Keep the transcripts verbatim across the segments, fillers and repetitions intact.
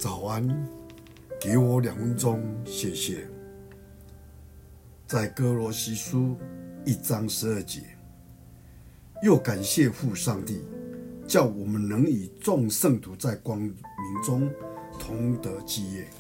早安，给我两分钟，谢谢。在哥罗西书一章十二节，又感谢父上帝，叫我们能与众圣徒在光明中同得基业。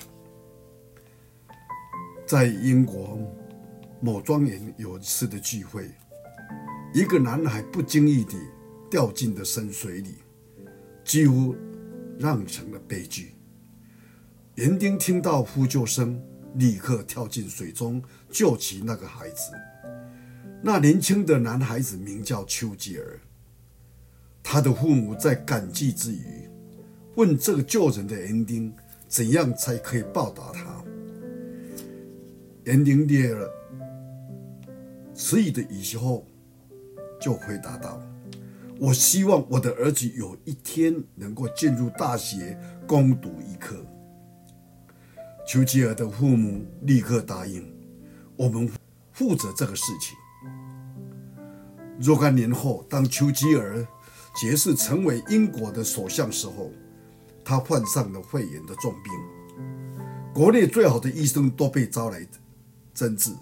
在英国某庄园有一次的聚会，一个男孩不经意地掉进了深水里，几乎酿成了悲剧。园丁听到呼救声，立刻跳进水中救起那个孩子。那年轻的男孩子名叫丘吉尔，他的父母在感激之余，问这个救人的园丁怎样才可以报答他。园丁列了迟疑的语气后，就回答道：我希望我的儿子有一天能够进入大学攻读医科。丘吉尔的父母立刻答应，我们负责这个事情。若干年后，当丘吉尔爵士成为英国的首相时候，他患上了肺炎的重病，国内最好的医生都被招来诊治。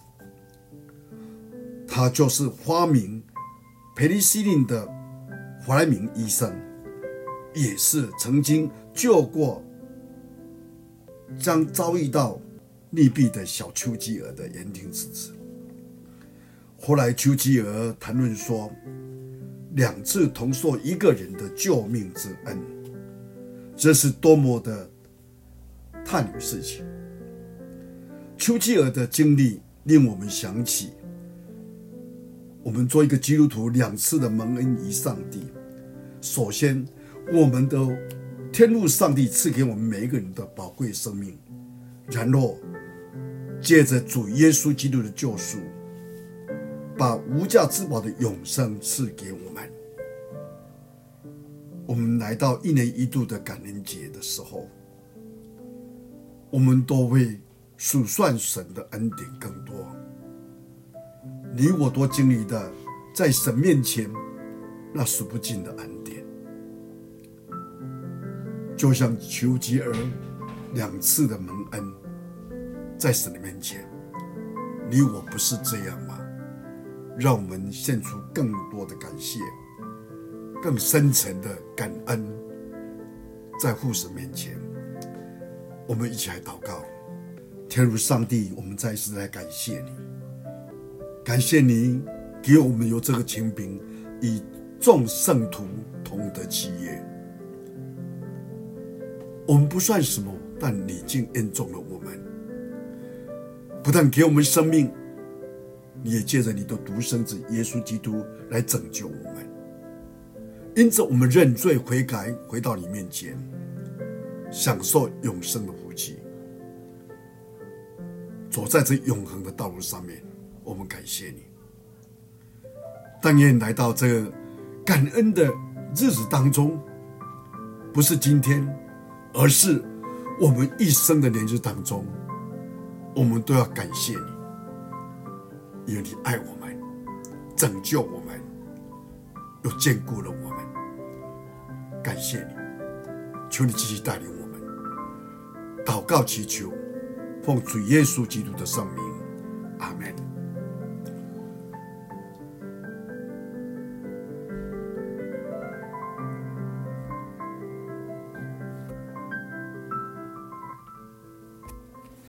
他就是发明培尼西林的弗莱明医生，也是曾经救过将遭遇到溺毙的小丘吉尔的园丁之子。后来丘吉尔谈论说，两次同受一个人的救命之恩，这是多么的叹女事情。丘吉尔的经历令我们想起，我们做一个基督徒两次的蒙恩于上帝。首先，我们的天父上帝赐给我们每一个人的宝贵生命，然后借着主耶稣基督的救赎，把无价之宝的永生赐给我们。我们来到一年一度的感恩节的时候，我们都会数算神的恩典更多。你我都经历的在神面前那数不尽的恩典，就像丘吉尔两次的蒙恩，在神的面前，你我不是这样吗？让我们献出更多的感谢，更深沉的感恩，在父神面前，我们一起来祷告。天父上帝，我们再一次来感谢你，感谢你给我们有这个权柄，与众圣徒同得基业。我们不算什么，但你竟恩重了我们，不但给我们生命，你也借着你的独生子耶稣基督来拯救我们。因此我们认罪悔改，回到你面前，享受永生的福气，走在这永恒的道路上面。我们感谢你。但愿来到这个感恩的日子当中，不是今天，而是我们一生的年日当中，我们都要感谢你，因为你爱我们，拯救我们，又眷顾了我们。感谢你，求你继续带领我们。祷告祈求，奉主耶稣基督的圣名，阿们。